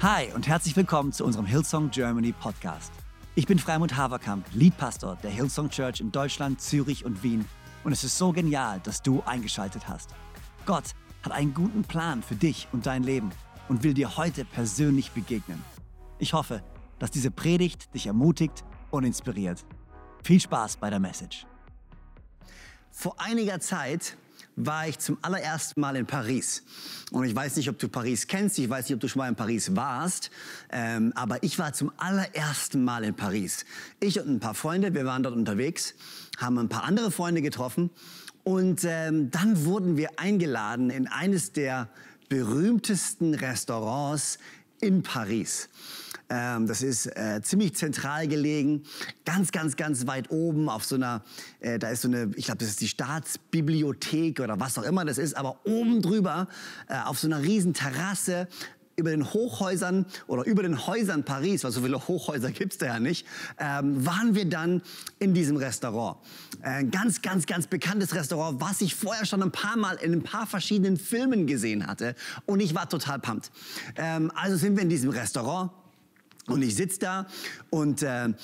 Hi und herzlich willkommen zu unserem Hillsong Germany Podcast. Ich bin Freimund Haverkamp, Leadpastor der Hillsong Church in Deutschland, Zürich und Wien. Und es ist so genial, dass du eingeschaltet hast. Gott hat einen guten Plan für dich und dein Leben und will dir heute persönlich begegnen. Ich hoffe, dass diese Predigt dich ermutigt und inspiriert. Viel Spaß bei der Message. Vor einiger Zeit war ich zum allerersten Mal in Paris. Und ich weiß nicht, ob du Paris kennst, ich weiß nicht, ob du schon mal in Paris warst, aber ich war zum allerersten Mal in Paris. Ich und ein paar Freunde, wir waren dort unterwegs, haben ein paar andere Freunde getroffen und dann wurden wir eingeladen in eines der berühmtesten Restaurants in Paris. Das ist ziemlich zentral gelegen, ganz weit oben auf so einer, da ist so eine, ich glaube, das ist die Staatsbibliothek oder was auch immer das ist, aber oben drüber auf so einer riesen Terrasse über den Hochhäusern oder über den Häusern Paris, weil so viele Hochhäuser gibt's da ja nicht, waren wir dann in diesem Restaurant. Ein ganz bekanntes Restaurant, was ich vorher schon ein paar Mal in ein paar verschiedenen Filmen gesehen hatte und ich war total pumped. Also sind wir in diesem Restaurant. Und ich sitze da und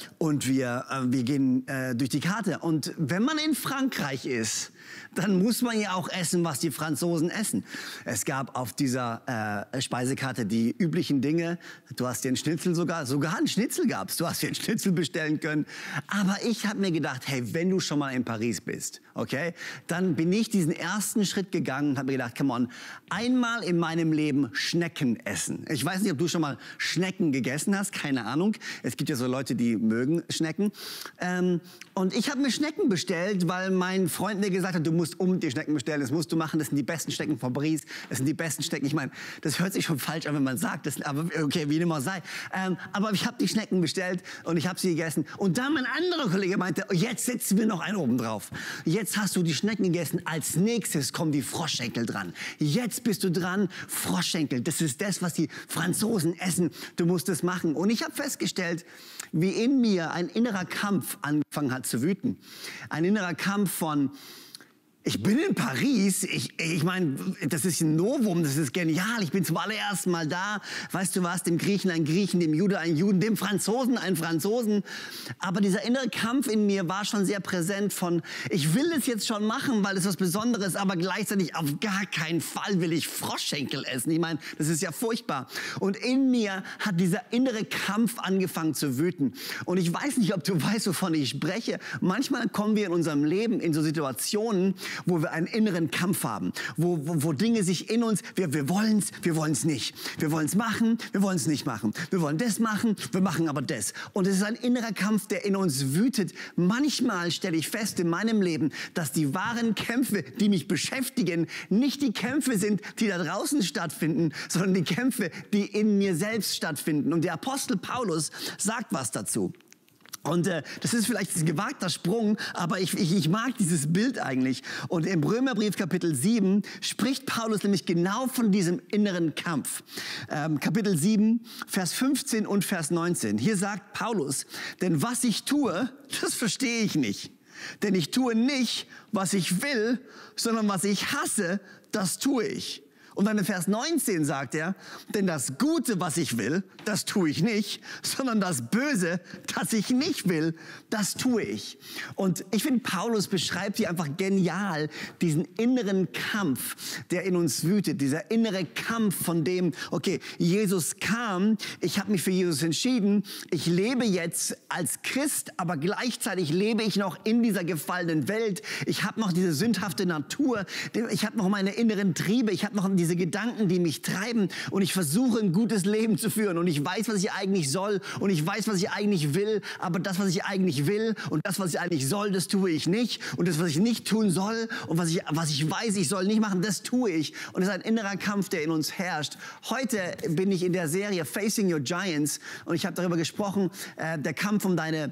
wir gehen durch die Karte. Und wenn man in Frankreich ist, dann muss man ja auch essen, was die Franzosen essen. Es gab auf dieser Speisekarte die üblichen Dinge. Du hast dir einen Schnitzel sogar einen Schnitzel gab's. Du hast dir einen Schnitzel bestellen können. Aber ich habe mir gedacht, hey, wenn du schon mal in Paris bist, okay, dann bin ich diesen ersten Schritt gegangen und habe mir gedacht, come on, einmal in meinem Leben Schnecken essen. Ich weiß nicht, ob du schon mal Schnecken gegessen hast. Keine Ahnung. Es gibt ja so Leute, die mögen Schnecken. Und ich habe mir Schnecken bestellt, weil mein Freund mir gesagt hat, du musst unbedingt die Schnecken bestellen. Das musst du machen. Das sind die besten Schnecken von Paris. Das sind die besten Schnecken. Ich meine, das hört sich schon falsch an, wenn man sagt. Das, aber okay, wie dem auch sei. Aber ich habe die Schnecken bestellt und ich habe sie gegessen. Und dann mein anderer Kollege meinte, jetzt setzen wir noch einen oben drauf. Jetzt hast du die Schnecken gegessen. Als nächstes kommen die Froschschenkel dran. Jetzt bist du dran. Froschschenkel. Das ist das, was die Franzosen essen. Du musst es machen. Und ich habe festgestellt, wie in mir ein innerer Kampf angefangen hat zu wüten. Ein innerer Kampf von, ich bin in Paris, ich meine, das ist ein Novum, das ist genial, ich bin zum allerersten Mal da. Weißt du was, dem Griechen ein Griechen, dem Jude ein Juden, dem Franzosen ein Franzosen. Aber dieser innere Kampf in mir war schon sehr präsent von, ich will es jetzt schon machen, weil es was Besonderes, aber gleichzeitig auf gar keinen Fall will ich Froschschenkel essen. Ich meine, das ist ja furchtbar. Und in mir hat dieser innere Kampf angefangen zu wüten. Und ich weiß nicht, ob du weißt, wovon ich spreche. Manchmal kommen wir in unserem Leben in so Situationen, wo wir einen inneren Kampf haben, wo Dinge sich in uns, wir wollen es nicht. Wir wollen es machen, wir wollen es nicht machen. Wir wollen das machen, wir machen aber das. Und es ist ein innerer Kampf, der in uns wütet. Manchmal stelle ich fest in meinem Leben, dass die wahren Kämpfe, die mich beschäftigen, nicht die Kämpfe sind, die da draußen stattfinden, sondern die Kämpfe, die in mir selbst stattfinden. Und der Apostel Paulus sagt was dazu. Und das ist vielleicht ein gewagter Sprung, aber ich mag dieses Bild eigentlich. Und im Römerbrief Kapitel 7 spricht Paulus nämlich genau von diesem inneren Kampf. Kapitel 7, Vers 15 und Vers 19. Hier sagt Paulus, denn was ich tue, das verstehe ich nicht. Denn ich tue nicht, was ich will, sondern was ich hasse, das tue ich. Und dann in Vers 19 sagt er, denn das Gute, was ich will, das tue ich nicht, sondern das Böse, das ich nicht will, das tue ich. Und ich finde, Paulus beschreibt hier einfach genial diesen inneren Kampf, der in uns wütet, dieser innere Kampf von dem, okay, Jesus kam, ich habe mich für Jesus entschieden, ich lebe jetzt als Christ, aber gleichzeitig lebe ich noch in dieser gefallenen Welt, ich habe noch diese sündhafte Natur, ich habe noch meine inneren Triebe, ich habe noch diese Gedanken, die mich treiben und ich versuche ein gutes Leben zu führen und ich weiß, was ich eigentlich soll und ich weiß, was ich eigentlich will, aber das, was ich eigentlich will und das, was ich eigentlich soll, das tue ich nicht und das, was ich nicht tun soll und was ich weiß, ich soll nicht machen, das tue ich und es ist ein innerer Kampf, der in uns herrscht. Heute bin ich in der Serie Facing Your Giants und ich habe darüber gesprochen, der Kampf um deine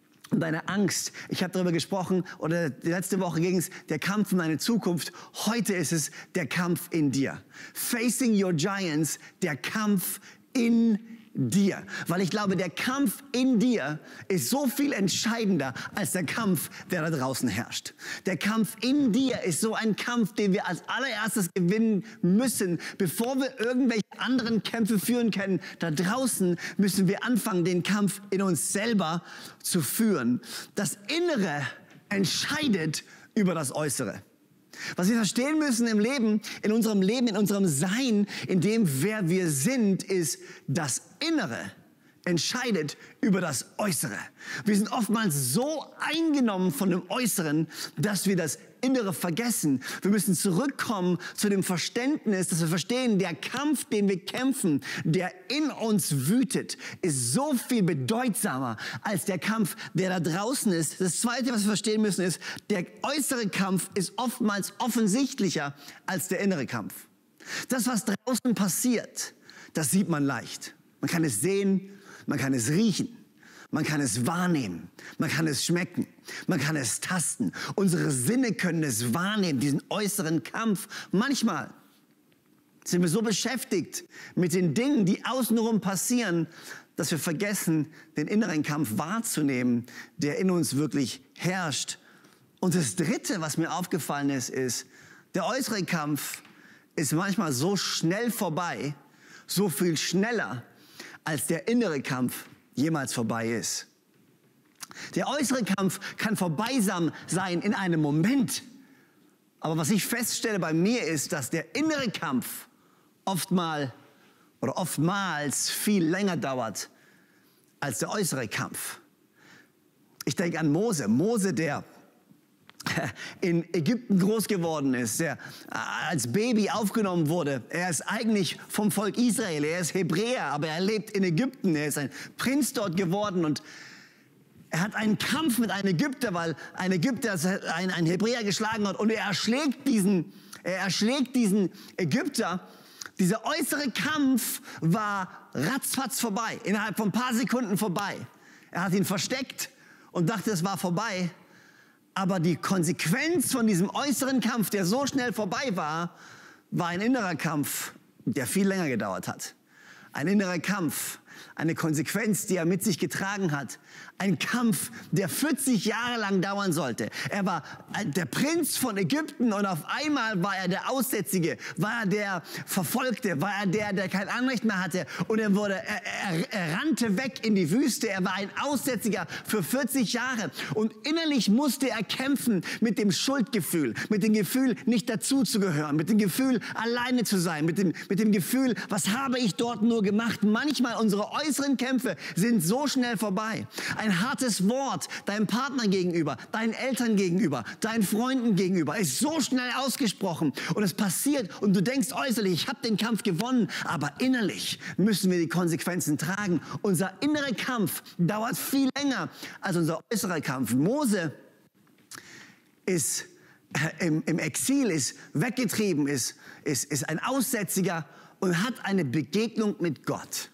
Angst. Ich habe darüber gesprochen, oder die letzte Woche ging es, der Kampf um deine Zukunft. Heute ist es der Kampf in dir. Facing your giants, der Kampf in dir. Weil ich glaube, der Kampf in dir ist so viel entscheidender als der Kampf, der da draußen herrscht. Der Kampf in dir ist so ein Kampf, den wir als allererstes gewinnen müssen. Bevor wir irgendwelche anderen Kämpfe führen können, da draußen müssen wir anfangen, den Kampf in uns selber zu führen. Das Innere entscheidet über das Äußere. Was wir verstehen müssen im Leben, in unserem Sein, in dem, wer wir sind, ist, das Innere entscheidet über das Äußere. Wir sind oftmals so eingenommen von dem Äußeren, dass wir das Innere vergessen. Wir müssen zurückkommen zu dem Verständnis, dass wir verstehen, der Kampf, den wir kämpfen, der in uns wütet, ist so viel bedeutsamer als der Kampf, der da draußen ist. Das Zweite, was wir verstehen müssen, ist, der äußere Kampf ist oftmals offensichtlicher als der innere Kampf. Das, was draußen passiert, das sieht man leicht. Man kann es sehen, man kann es riechen, man kann es wahrnehmen, man kann es schmecken, man kann es tasten. Unsere Sinne können es wahrnehmen, diesen äußeren Kampf. Manchmal sind wir so beschäftigt mit den Dingen, die außenrum passieren, dass wir vergessen, den inneren Kampf wahrzunehmen, der in uns wirklich herrscht. Und das Dritte, was mir aufgefallen ist, der äußere Kampf ist manchmal so schnell vorbei, so viel schneller, als der innere Kampf jemals vorbei ist. Der äußere Kampf kann vorbei sein in einem Moment. Aber was ich feststelle bei mir ist, dass der innere Kampf oftmals viel länger dauert als der äußere Kampf. Ich denke an Mose, der in Ägypten groß geworden ist, der als Baby aufgenommen wurde. Er ist eigentlich vom Volk Israel, er ist Hebräer, aber er lebt in Ägypten. Er ist ein Prinz dort geworden und er hat einen Kampf mit einem Ägypter, weil ein Ägypter einen Hebräer geschlagen hat und er erschlägt diesen Ägypter. Dieser äußere Kampf war ratzfatz vorbei, innerhalb von ein paar Sekunden vorbei. Er hat ihn versteckt und dachte, es war vorbei. Aber die Konsequenz von diesem äußeren Kampf, der so schnell vorbei war, war ein innerer Kampf, der viel länger gedauert hat. Ein innerer Kampf, eine Konsequenz, die er mit sich getragen hat. Ein Kampf, der 40 Jahre lang dauern sollte. Er war der Prinz von Ägypten und auf einmal war er der Aussätzige, war er der Verfolgte, war er der kein Anrecht mehr hatte. Und er rannte weg in die Wüste. Er war ein Aussätziger für 40 Jahre. Und innerlich musste er kämpfen mit dem Schuldgefühl, mit dem Gefühl, nicht dazuzugehören, mit dem Gefühl, alleine zu sein, mit dem Gefühl, was habe ich dort nur gemacht? Manchmal unsere äußeren Kämpfe sind so schnell vorbei. Ein hartes Wort deinem Partner gegenüber, deinen Eltern gegenüber, deinen Freunden gegenüber ist so schnell ausgesprochen und es passiert und du denkst äußerlich, ich habe den Kampf gewonnen, aber innerlich müssen wir die Konsequenzen tragen. Unser innerer Kampf dauert viel länger als unser äußerer Kampf. Mose ist im Exil, ist weggetrieben, ist ein Aussätziger und hat eine Begegnung mit Gott.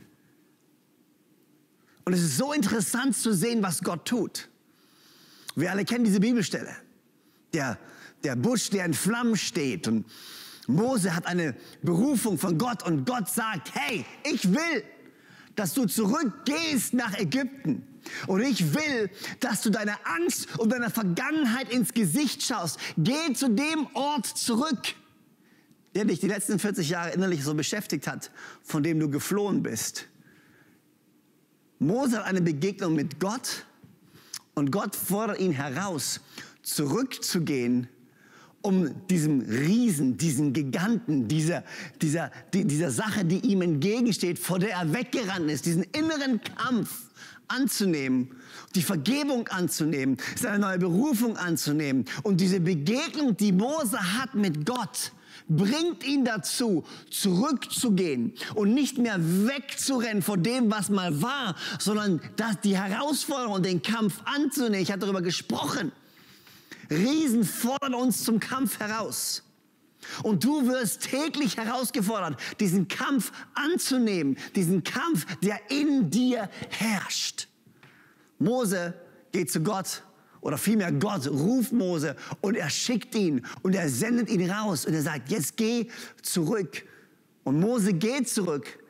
Und es ist so interessant zu sehen, was Gott tut. Wir alle kennen diese Bibelstelle. Der Busch, der in Flammen steht. Und Mose hat eine Berufung von Gott. Und Gott sagt, hey, ich will, dass du zurückgehst nach Ägypten. Und ich will, dass du deiner Angst und deiner Vergangenheit ins Gesicht schaust. Geh zu dem Ort zurück, der dich die letzten 40 Jahre innerlich so beschäftigt hat, von dem du geflohen bist. Mose hat eine Begegnung mit Gott und Gott fordert ihn heraus, zurückzugehen, um diesem Riesen, diesen Giganten, dieser Sache, die ihm entgegensteht, vor der er weggerannt ist, diesen inneren Kampf anzunehmen, die Vergebung anzunehmen, seine neue Berufung anzunehmen. Und diese Begegnung, die Mose hat mit Gott, bringt ihn dazu, zurückzugehen und nicht mehr wegzurennen vor dem, was mal war, sondern die Herausforderung und den Kampf anzunehmen. Ich habe darüber gesprochen. Riesen fordern uns zum Kampf heraus. Und du wirst täglich herausgefordert, diesen Kampf anzunehmen, diesen Kampf, der in dir herrscht. Mose geht zu Gott. Oder vielmehr Gott ruft Mose und er schickt ihn und er sendet ihn raus und er sagt, jetzt geh zurück. Und Mose geht zurück.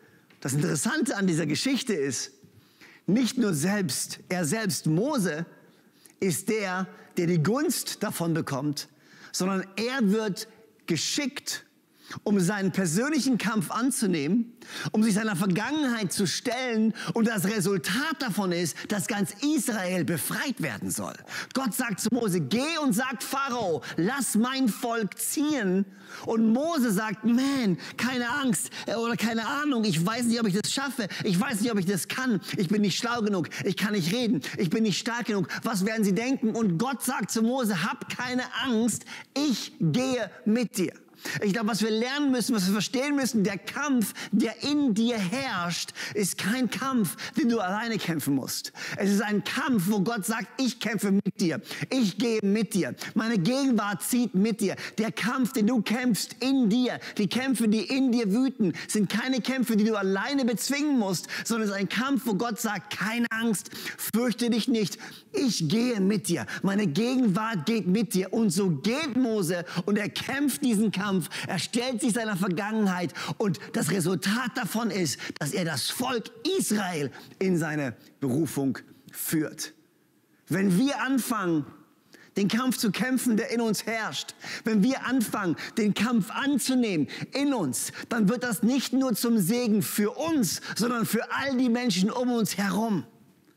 Das Interessante an dieser Geschichte ist, nicht nur er selbst, Mose, ist der die Gunst davon bekommt, sondern er wird geschickt, um seinen persönlichen Kampf anzunehmen, um sich seiner Vergangenheit zu stellen, und das Resultat davon ist, dass ganz Israel befreit werden soll. Gott sagt zu Mose, geh und sag Pharao, lass mein Volk ziehen. Und Mose sagt, man, keine Angst oder keine Ahnung, ich weiß nicht, ob ich das schaffe, ich weiß nicht, ob ich das kann, ich bin nicht schlau genug, ich kann nicht reden, ich bin nicht stark genug, was werden sie denken? Und Gott sagt zu Mose, hab keine Angst, ich gehe mit dir. Ich glaube, was wir lernen müssen, was wir verstehen müssen, der Kampf, der in dir herrscht, ist kein Kampf, den du alleine kämpfen musst. Es ist ein Kampf, wo Gott sagt, ich kämpfe mit dir, ich gehe mit dir, meine Gegenwart zieht mit dir. Der Kampf, den du kämpfst in dir, die Kämpfe, die in dir wüten, sind keine Kämpfe, die du alleine bezwingen musst, sondern es ist ein Kampf, wo Gott sagt, keine Angst, fürchte dich nicht, ich gehe mit dir, meine Gegenwart geht mit dir. Und so geht Mose und er kämpft diesen Kampf. Er stellt sich seiner Vergangenheit und das Resultat davon ist, dass er das Volk Israel in seine Berufung führt. Wenn wir anfangen, den Kampf zu kämpfen, der in uns herrscht, wenn wir anfangen, den Kampf anzunehmen in uns, dann wird das nicht nur zum Segen für uns, sondern für all die Menschen um uns herum.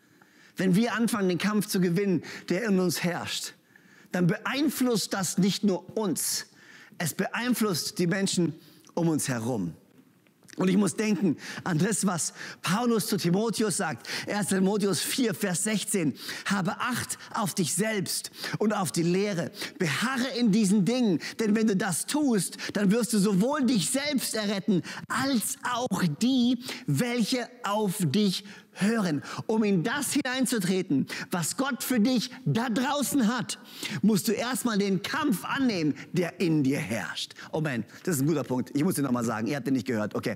Wenn wir anfangen, den Kampf zu gewinnen, der in uns herrscht, dann beeinflusst das nicht nur uns, es beeinflusst die Menschen um uns herum. Und ich muss denken an das, was Paulus zu Timotheus sagt. 1. Timotheus 4, Vers 16. Habe Acht auf dich selbst und auf die Lehre. Beharre in diesen Dingen, denn wenn du das tust, dann wirst du sowohl dich selbst erretten, als auch die, welche auf dich hören. Um in das hineinzutreten, was Gott für dich da draußen hat, musst du erstmal den Kampf annehmen, der in dir herrscht. Oh man, das ist ein guter Punkt. Ich muss den nochmal sagen. Ihr habt den nicht gehört. Okay.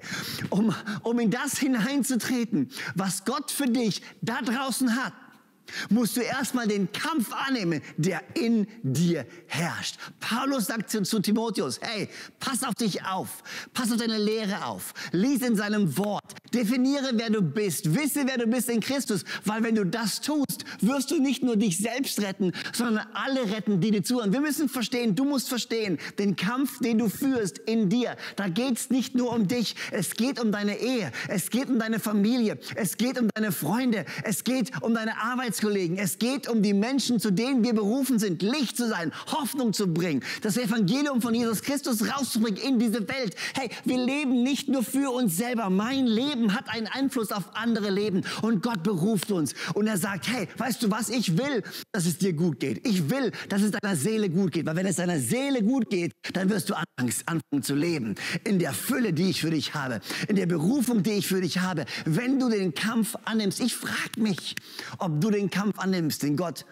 Um in das hineinzutreten, was Gott für dich da draußen hat, musst du erstmal den Kampf annehmen, der in dir herrscht. Paulus sagt zu Timotheus, hey, pass auf dich auf, pass auf deine Lehre auf, lies in seinem Wort, definiere, wer du bist, wisse, wer du bist in Christus, weil wenn du das tust, wirst du nicht nur dich selbst retten, sondern alle retten, die dir zuhören. Wir müssen verstehen, du musst verstehen, den Kampf, den du führst in dir, da geht es nicht nur um dich, es geht um deine Ehe, es geht um deine Familie, es geht um deine Freunde, es geht um deine Arbeitskollegen, es geht um die Menschen, zu denen wir berufen sind, Licht zu sein, Hoffnung zu bringen, das Evangelium von Jesus Christus rauszubringen in diese Welt. Hey, wir leben nicht nur für uns selber. Mein Leben hat einen Einfluss auf andere Leben und Gott beruft uns und er sagt, hey, weißt du was, ich will, dass es dir gut geht. Ich will, dass es deiner Seele gut geht, weil wenn es deiner Seele gut geht, dann wirst du anfangen zu leben in der Fülle, die ich für dich habe, in der Berufung, die ich für dich habe, wenn du den Kampf annimmst. Ich frage mich, ob du den Kampf annimmst, den Gott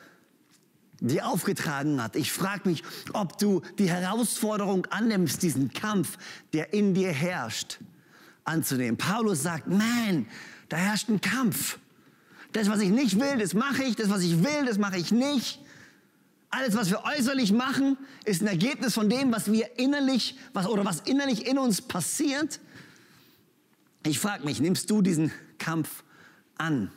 dir aufgetragen hat. Ich frage mich, ob du die Herausforderung annimmst, diesen Kampf, der in dir herrscht, anzunehmen. Paulus sagt, man, da herrscht ein Kampf. Das, was ich nicht will, das mache ich. Das, was ich will, das mache ich nicht. Alles, was wir äußerlich machen, ist ein Ergebnis von dem, was innerlich in uns passiert. Ich frage mich, nimmst du diesen Kampf an?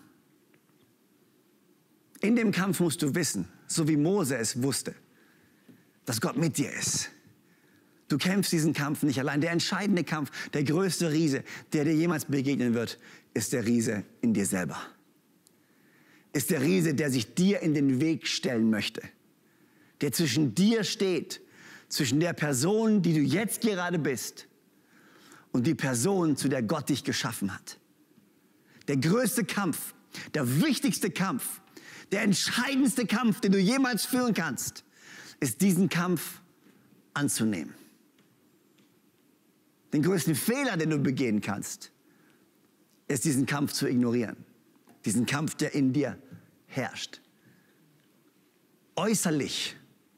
In dem Kampf musst du wissen, so wie Mose es wusste, dass Gott mit dir ist. Du kämpfst diesen Kampf nicht allein. Der entscheidende Kampf, der größte Riese, der dir jemals begegnen wird, ist der Riese in dir selber. Ist der Riese, der sich dir in den Weg stellen möchte. Der zwischen dir steht, zwischen der Person, die du jetzt gerade bist, und die Person, zu der Gott dich geschaffen hat. Der größte Kampf, der wichtigste Kampf, der entscheidendste Kampf, den du jemals führen kannst, ist diesen Kampf anzunehmen. Den größten Fehler, den du begehen kannst, ist diesen Kampf zu ignorieren. Diesen Kampf, der in dir herrscht. Äußerlich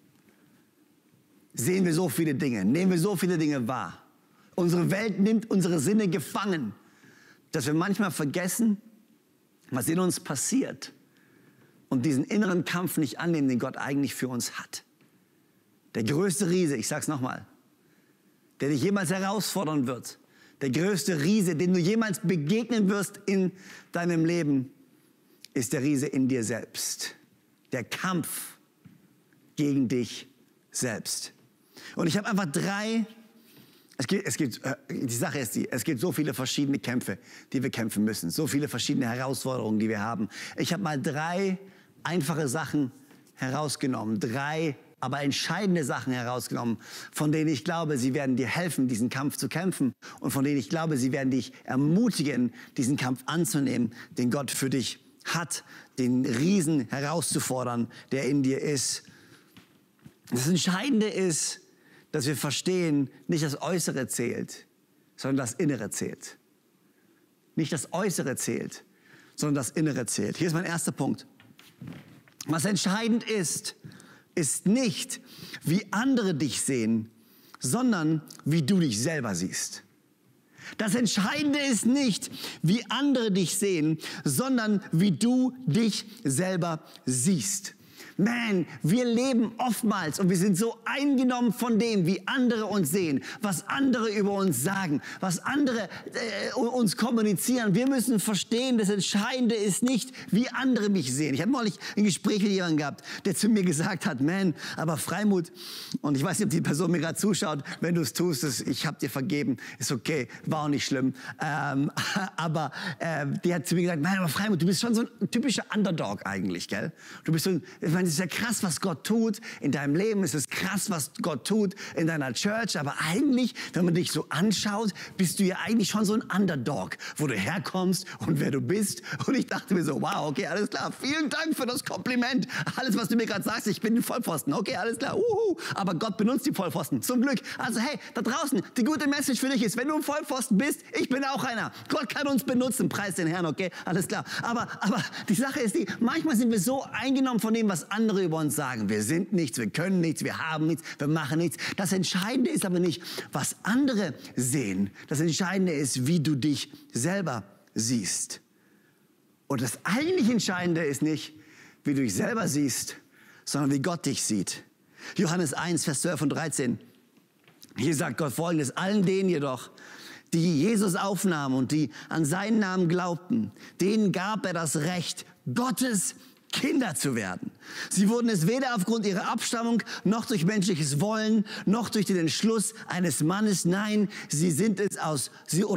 sehen wir so viele Dinge, nehmen wir so viele Dinge wahr. Unsere Welt nimmt unsere Sinne gefangen, dass wir manchmal vergessen, was in uns passiert und diesen inneren Kampf nicht annehmen, den Gott eigentlich für uns hat. Der größte Riese, ich sag's nochmal, der dich jemals herausfordern wird, Der größte Riese, dem du jemals begegnen wirst in deinem Leben, ist der Riese in dir selbst. Der Kampf gegen dich selbst. Und ich habe einfach die Sache ist die, es gibt so viele verschiedene Kämpfe, die wir kämpfen müssen. So viele verschiedene Herausforderungen, die wir haben. Ich habe mal 3 einfache Sachen herausgenommen. 3 aber entscheidende Sachen herausgenommen, von denen ich glaube, sie werden dir helfen, diesen Kampf zu kämpfen. Und von denen ich glaube, sie werden dich ermutigen, diesen Kampf anzunehmen, den Gott für dich hat, den Riesen herauszufordern, der in dir ist. Das Entscheidende ist, dass wir verstehen, nicht das Äußere zählt, sondern das Innere zählt. Nicht das Äußere zählt, sondern das Innere zählt. Hier ist mein erster Punkt. Was entscheidend ist, ist nicht, wie andere dich sehen, sondern wie du dich selber siehst. Das Entscheidende ist nicht, wie andere dich sehen, sondern wie du dich selber siehst. Man, wir leben oftmals und wir sind so eingenommen von dem, wie andere uns sehen, was andere über uns sagen, was andere uns kommunizieren. Wir müssen verstehen, das Entscheidende ist nicht, wie andere mich sehen. Ich habe neulich ein Gespräch mit jemandem gehabt, der zu mir gesagt hat, man, aber Freimut, und ich weiß nicht, ob die Person mir gerade zuschaut, wenn du es tust, ich habe dir vergeben, ist okay, war auch nicht schlimm. Aber die hat zu mir gesagt, man, aber Freimut, du bist schon so ein typischer Underdog eigentlich, gell? Du bist so ein, es ist ja krass, was Gott tut in deinem Leben. Es ist krass, was Gott tut in deiner Church. Aber eigentlich, wenn man dich so anschaut, bist du ja eigentlich schon so ein Underdog, wo du herkommst und wer du bist. Und ich dachte mir so, wow, okay, alles klar. Vielen Dank für das Kompliment. Alles, was du mir gerade sagst, ich bin ein Vollpfosten. Okay, alles klar. Aber Gott benutzt die Vollpfosten. Zum Glück. Also hey, da draußen, die gute Message für dich ist, wenn du ein Vollpfosten bist, ich bin auch einer. Gott kann uns benutzen. Preis den Herrn, okay? Alles klar. Aber die Sache ist die, manchmal sind wir so eingenommen von dem, was andere über uns sagen. Wir sind nichts, wir können nichts, wir haben nichts, wir machen nichts. Das Entscheidende ist aber nicht, was andere sehen. Das Entscheidende ist, wie du dich selber siehst. Und das eigentlich Entscheidende ist nicht, wie du dich selber siehst, sondern wie Gott dich sieht. Johannes 1, Vers 12 und 13. Hier sagt Gott Folgendes: Allen denen jedoch, die Jesus aufnahmen und die an seinen Namen glaubten, denen gab er das Recht, Gottes Kinder zu werden. Sie wurden es weder aufgrund ihrer Abstammung, noch durch menschliches Wollen, noch durch den Entschluss eines Mannes. Nein, sie sind aus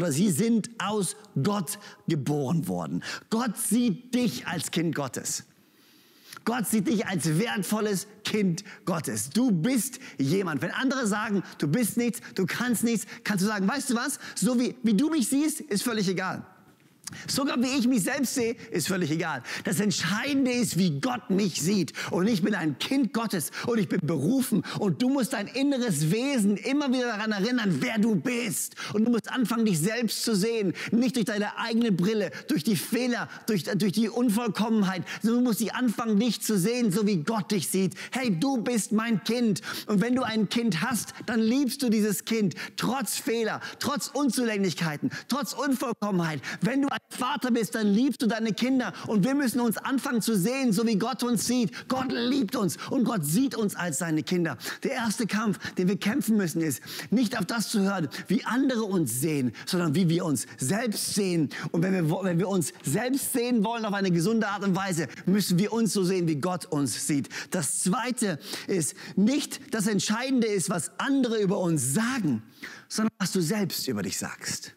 Gott geboren worden. Gott sieht dich als Kind Gottes. Gott sieht dich als wertvolles Kind Gottes. Du bist jemand. Wenn andere sagen, du bist nichts, du kannst nichts, kannst du sagen, weißt du was? So wie du mich siehst, ist völlig egal. Sogar wie ich mich selbst sehe, ist völlig egal. Das Entscheidende ist, wie Gott mich sieht. Und ich bin ein Kind Gottes und ich bin berufen. Und du musst dein inneres Wesen immer wieder daran erinnern, wer du bist. Und du musst anfangen, dich selbst zu sehen. Nicht durch deine eigene Brille, durch die Fehler, durch die Unvollkommenheit. Du musst dich anfangen, dich zu sehen, so wie Gott dich sieht. Hey, du bist mein Kind. Und wenn du ein Kind hast, dann liebst du dieses Kind. Trotz Fehler, trotz Unzulänglichkeiten, trotz Unvollkommenheit. Wenn du ein Vater bist, dann liebst du deine Kinder. Und wir müssen uns anfangen zu sehen, so wie Gott uns sieht. Gott liebt uns und Gott sieht uns als seine Kinder. Der erste Kampf, den wir kämpfen müssen, ist, nicht auf das zu hören, wie andere uns sehen, sondern wie wir uns selbst sehen. Und wenn wir uns selbst sehen wollen auf eine gesunde Art und Weise, müssen wir uns so sehen, wie Gott uns sieht. Das Zweite ist, nicht das Entscheidende ist, was andere über uns sagen, sondern was du selbst über dich sagst.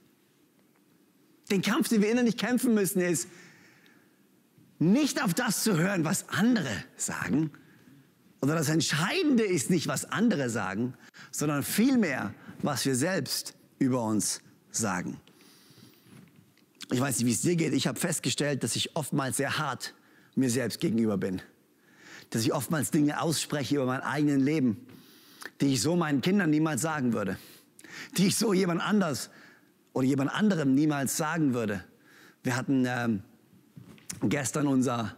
Den Kampf, den wir innerlich kämpfen müssen, ist, nicht auf das zu hören, was andere sagen. Oder das Entscheidende ist nicht, was andere sagen, sondern vielmehr, was wir selbst über uns sagen. Ich weiß nicht, wie es dir geht. Ich habe festgestellt, dass ich oftmals sehr hart mir selbst gegenüber bin. Dass ich oftmals Dinge ausspreche über mein eigenes Leben, die ich so meinen Kindern niemals sagen würde. Die ich so jemand anders oder jemand anderem niemals sagen würde. Wir hatten gestern unser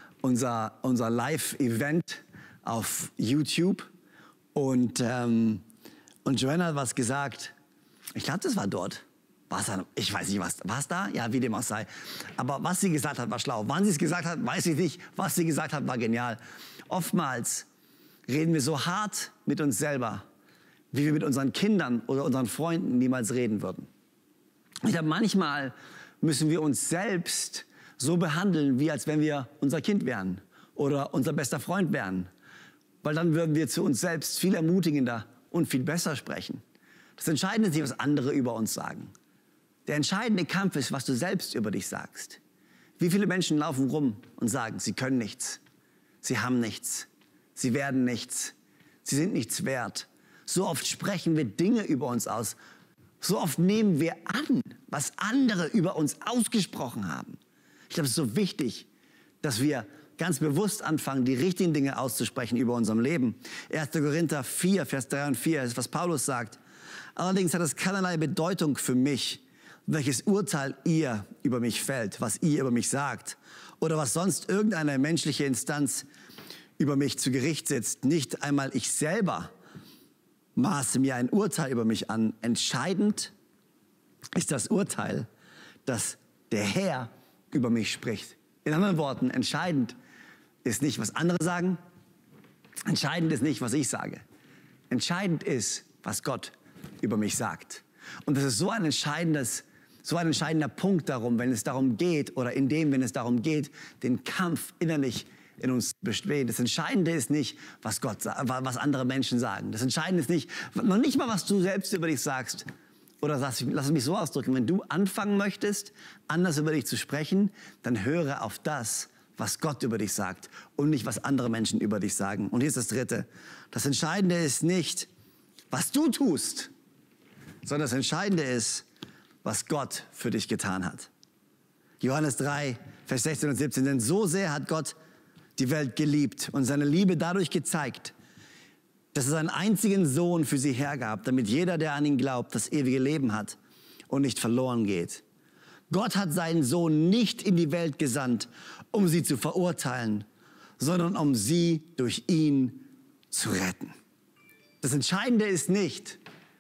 Live-Event auf YouTube und Joanna hat was gesagt. Ich glaube, das war dort. Ich weiß nicht, war es da? Ja, wie dem auch sei. Aber was sie gesagt hat, war schlau. Wann sie es gesagt hat, weiß ich nicht. Was sie gesagt hat, war genial. Oftmals reden wir so hart mit uns selber, wie wir mit unseren Kindern oder unseren Freunden niemals reden würden. Ich glaube, manchmal müssen wir uns selbst so behandeln, wie als wenn wir unser Kind wären oder unser bester Freund wären. Weil dann würden wir zu uns selbst viel ermutigender und viel besser sprechen. Das Entscheidende ist nicht, was andere über uns sagen. Der entscheidende Kampf ist, was du selbst über dich sagst. Wie viele Menschen laufen rum und sagen, sie können nichts, sie haben nichts, sie werden nichts, sie sind nichts wert. So oft sprechen wir Dinge über uns aus. So oft nehmen wir an, was andere über uns ausgesprochen haben. Ich glaube, es ist so wichtig, dass wir ganz bewusst anfangen, die richtigen Dinge auszusprechen über unserem Leben. 1. Korinther 4, Vers 3 und 4 ist, was Paulus sagt. Allerdings hat es keinerlei Bedeutung für mich, welches Urteil ihr über mich fällt, was ihr über mich sagt oder was sonst irgendeine menschliche Instanz über mich zu Gericht sitzt. Nicht einmal ich selber maße mir ein Urteil über mich an. Entscheidend ist das Urteil, das der Herr über mich spricht. In anderen Worten, entscheidend ist nicht, was andere sagen. Entscheidend ist nicht, was ich sage. Entscheidend ist, was Gott über mich sagt. Und das ist so ein entscheidender Punkt darum, wenn es darum geht, oder wenn es darum geht, den Kampf innerlich in uns bestehen. Das Entscheidende ist nicht, was was andere Menschen sagen. Das Entscheidende ist nicht, noch nicht mal, was du selbst über dich sagst. Oder lass es mich so ausdrücken, wenn du anfangen möchtest, anders über dich zu sprechen, dann höre auf das, was Gott über dich sagt und nicht, was andere Menschen über dich sagen. Und hier ist das Dritte. Das Entscheidende ist nicht, was du tust, sondern das Entscheidende ist, was Gott für dich getan hat. Johannes 3, Vers 16 und 17. Denn so sehr hat Gott die Welt geliebt und seine Liebe dadurch gezeigt, dass er seinen einzigen Sohn für sie hergab, damit jeder, der an ihn glaubt, das ewige Leben hat und nicht verloren geht. Gott hat seinen Sohn nicht in die Welt gesandt, um sie zu verurteilen, sondern um sie durch ihn zu retten. Das Entscheidende ist nicht,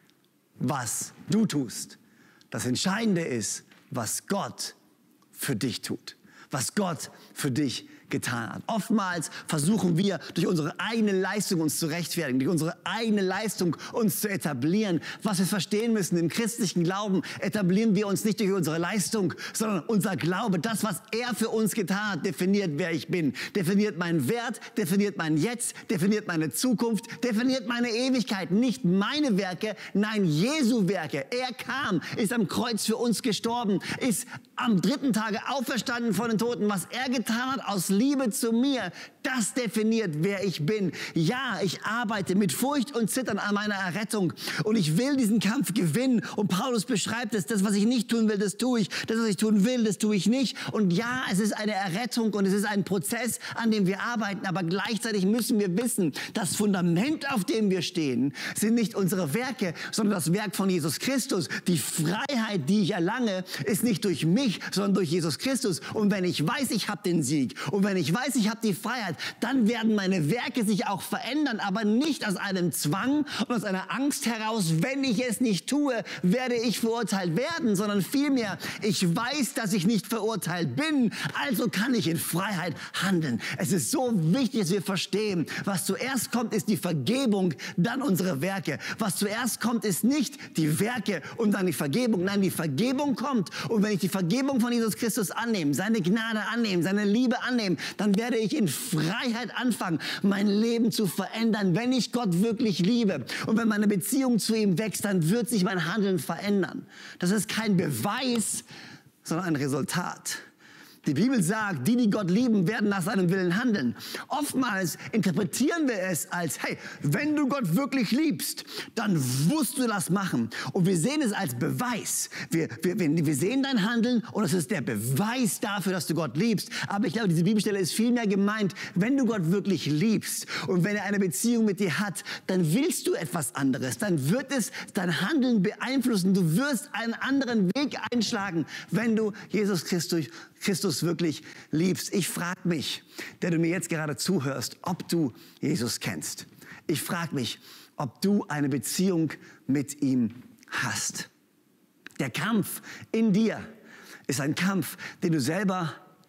was du tust. Das Entscheidende ist, was Gott für dich tut, was Gott für dich getan hat. Oftmals versuchen wir, durch unsere eigene Leistung uns zu rechtfertigen, durch unsere eigene Leistung uns zu etablieren. Was wir verstehen müssen, im christlichen Glauben etablieren wir uns nicht durch unsere Leistung, sondern unser Glaube, das, was er für uns getan hat, definiert, wer ich bin, definiert meinen Wert, definiert mein Jetzt, definiert meine Zukunft, definiert meine Ewigkeit. Nicht meine Werke, nein, Jesu Werke. Er kam, ist am Kreuz für uns gestorben, ist am 3. Tage auferstanden von den Toten. Was er getan hat aus Liebe zu mir, das definiert, wer ich bin. Ja, ich arbeite mit Furcht und Zittern an meiner Errettung und ich will diesen Kampf gewinnen. Und Paulus beschreibt es, das, was ich nicht tun will, das tue ich. Das, was ich tun will, das tue ich nicht. Und ja, es ist eine Errettung und es ist ein Prozess, an dem wir arbeiten. Aber gleichzeitig müssen wir wissen, das Fundament, auf dem wir stehen, sind nicht unsere Werke, sondern das Werk von Jesus Christus. Die Freiheit, die ich erlange, ist nicht durch mich, sondern durch Jesus Christus. Und wenn ich weiß, ich habe den Sieg und wenn ich weiß, ich habe die Freiheit, dann werden meine Werke sich auch verändern, aber nicht aus einem Zwang und aus einer Angst heraus, wenn ich es nicht tue, werde ich verurteilt werden, sondern vielmehr, ich weiß, dass ich nicht verurteilt bin, also kann ich in Freiheit handeln. Es ist so wichtig, dass wir verstehen, was zuerst kommt, ist die Vergebung, dann unsere Werke. Was zuerst kommt, ist nicht die Werke und dann die Vergebung. Nein, die Vergebung kommt und wenn ich die Vergebung von Jesus Christus annehme, seine Gnade annehme, seine Liebe annehme, dann werde ich in Freiheit anfangen, mein Leben zu verändern, wenn ich Gott wirklich liebe. Und wenn meine Beziehung zu ihm wächst, dann wird sich mein Handeln verändern. Das ist kein Beweis, sondern ein Resultat. Die Bibel sagt, die Gott lieben, werden nach seinem Willen handeln. Oftmals interpretieren wir es als, hey, wenn du Gott wirklich liebst, dann musst du das machen. Und wir sehen es als Beweis. Wir sehen dein Handeln und es ist der Beweis dafür, dass du Gott liebst. Aber ich glaube, diese Bibelstelle ist vielmehr gemeint, wenn du Gott wirklich liebst und wenn er eine Beziehung mit dir hat, dann willst du etwas anderes. Dann wird es dein Handeln beeinflussen. Du wirst einen anderen Weg einschlagen, wenn du Jesus Christus wirklich liebst. Ich frage mich, der du mir jetzt gerade zuhörst, ob du Jesus kennst. Ich frage mich, ob du eine Beziehung mit ihm hast. Der Kampf in dir ist ein Kampf, den du selber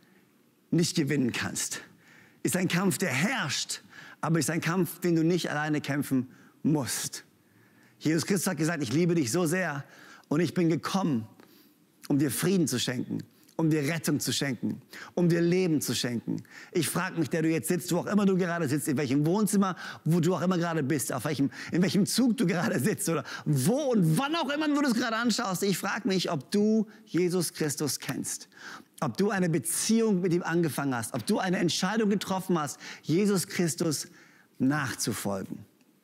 nicht gewinnen kannst. Ist ein Kampf, der herrscht, aber ist ein Kampf, den du nicht alleine kämpfen musst. Jesus Christus hat gesagt, ich liebe dich so sehr und ich bin gekommen, um dir Frieden zu schenken, um dir Rettung zu schenken, um dir Leben zu schenken. Ich frage mich, der du jetzt sitzt, wo auch immer du gerade sitzt, in welchem Wohnzimmer, wo du auch immer gerade bist, in welchem Zug du gerade sitzt oder wo und wann auch immer du das gerade anschaust. Ich frage mich, ob du Jesus Christus kennst, ob du eine Beziehung mit ihm angefangen hast, ob du eine Entscheidung getroffen hast, Jesus Christus nachzufolgen.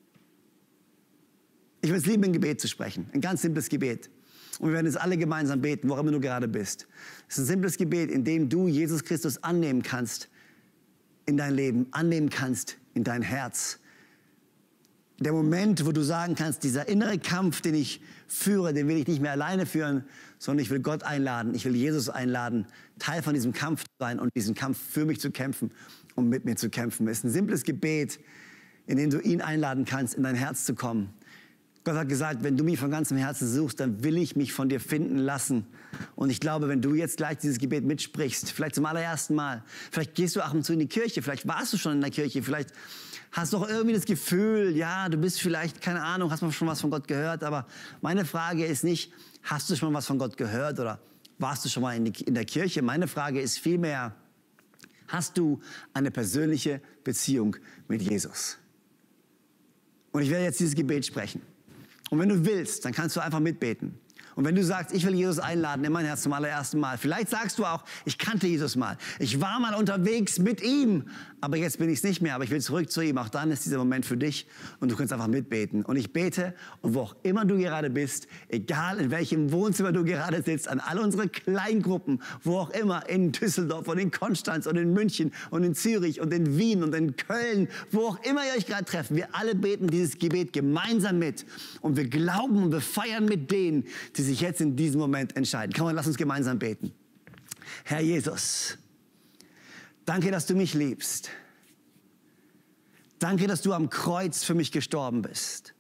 Ich würde es lieben, ein Gebet zu sprechen, ein ganz simples Gebet. Und wir werden es alle gemeinsam beten, wo auch immer du gerade bist. Es ist ein simples Gebet, in dem du Jesus Christus annehmen kannst in dein Leben, annehmen kannst in dein Herz. Der Moment, wo du sagen kannst, dieser innere Kampf, den ich führe, den will ich nicht mehr alleine führen, sondern ich will Gott einladen, ich will Jesus einladen, Teil von diesem Kampf zu sein und diesen Kampf für mich zu kämpfen und mit mir zu kämpfen. Es ist ein simples Gebet, in dem du ihn einladen kannst, in dein Herz zu kommen. Gott hat gesagt, wenn du mich von ganzem Herzen suchst, dann will ich mich von dir finden lassen. Und ich glaube, wenn du jetzt gleich dieses Gebet mitsprichst, vielleicht zum allerersten Mal, vielleicht gehst du ab und zu in die Kirche, vielleicht warst du schon in der Kirche, vielleicht hast du auch irgendwie das Gefühl, ja, du bist vielleicht, keine Ahnung, hast mal schon was von Gott gehört, aber meine Frage ist nicht, hast du schon was von Gott gehört oder warst du schon mal in der Kirche? Meine Frage ist vielmehr, hast du eine persönliche Beziehung mit Jesus? Und ich werde jetzt dieses Gebet sprechen. Und wenn du willst, dann kannst du einfach mitbeten. Und wenn du sagst, ich will Jesus einladen in mein Herz zum allerersten Mal, vielleicht sagst du auch, ich kannte Jesus mal. Ich war mal unterwegs mit ihm, aber jetzt bin ich es nicht mehr, aber ich will zurück zu ihm. Auch dann ist dieser Moment für dich und du kannst einfach mitbeten. Und ich bete und wo auch immer du gerade bist, egal in welchem Wohnzimmer du gerade sitzt, an alle unsere Kleingruppen, wo auch immer, in Düsseldorf und in Konstanz und in München und in Zürich und in Wien und in Köln, wo auch immer ihr euch gerade treffen, wir alle beten dieses Gebet gemeinsam mit und wir glauben und wir feiern mit denen, die sich jetzt in diesem Moment entscheiden. Komm, lass uns gemeinsam beten. Herr Jesus, danke, dass du mich liebst. Danke, dass du am Kreuz für mich gestorben bist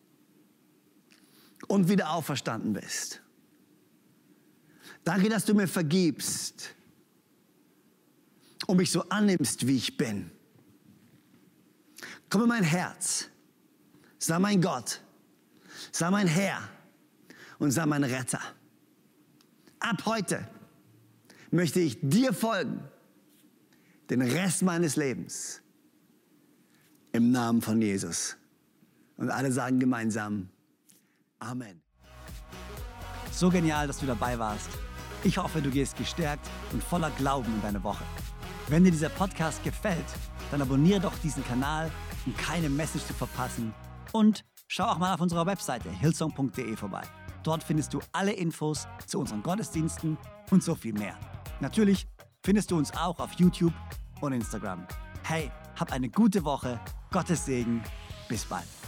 und wieder auferstanden bist. Danke, dass du mir vergibst und mich so annimmst, wie ich bin. Komm in mein Herz, sei mein Gott, sei mein Herr und sei mein Retter. Ab heute möchte ich dir folgen, den Rest meines Lebens, im Namen von Jesus. Und alle sagen gemeinsam, Amen. So genial, dass du dabei warst. Ich hoffe, du gehst gestärkt und voller Glauben in deine Woche. Wenn dir dieser Podcast gefällt, dann abonniere doch diesen Kanal, um keine Message zu verpassen. Und schau auch mal auf unserer Webseite hillsong.de vorbei. Dort findest du alle Infos zu unseren Gottesdiensten und so viel mehr. Natürlich findest du uns auch auf YouTube und Instagram. Hey, hab eine gute Woche, Gottes Segen, bis bald.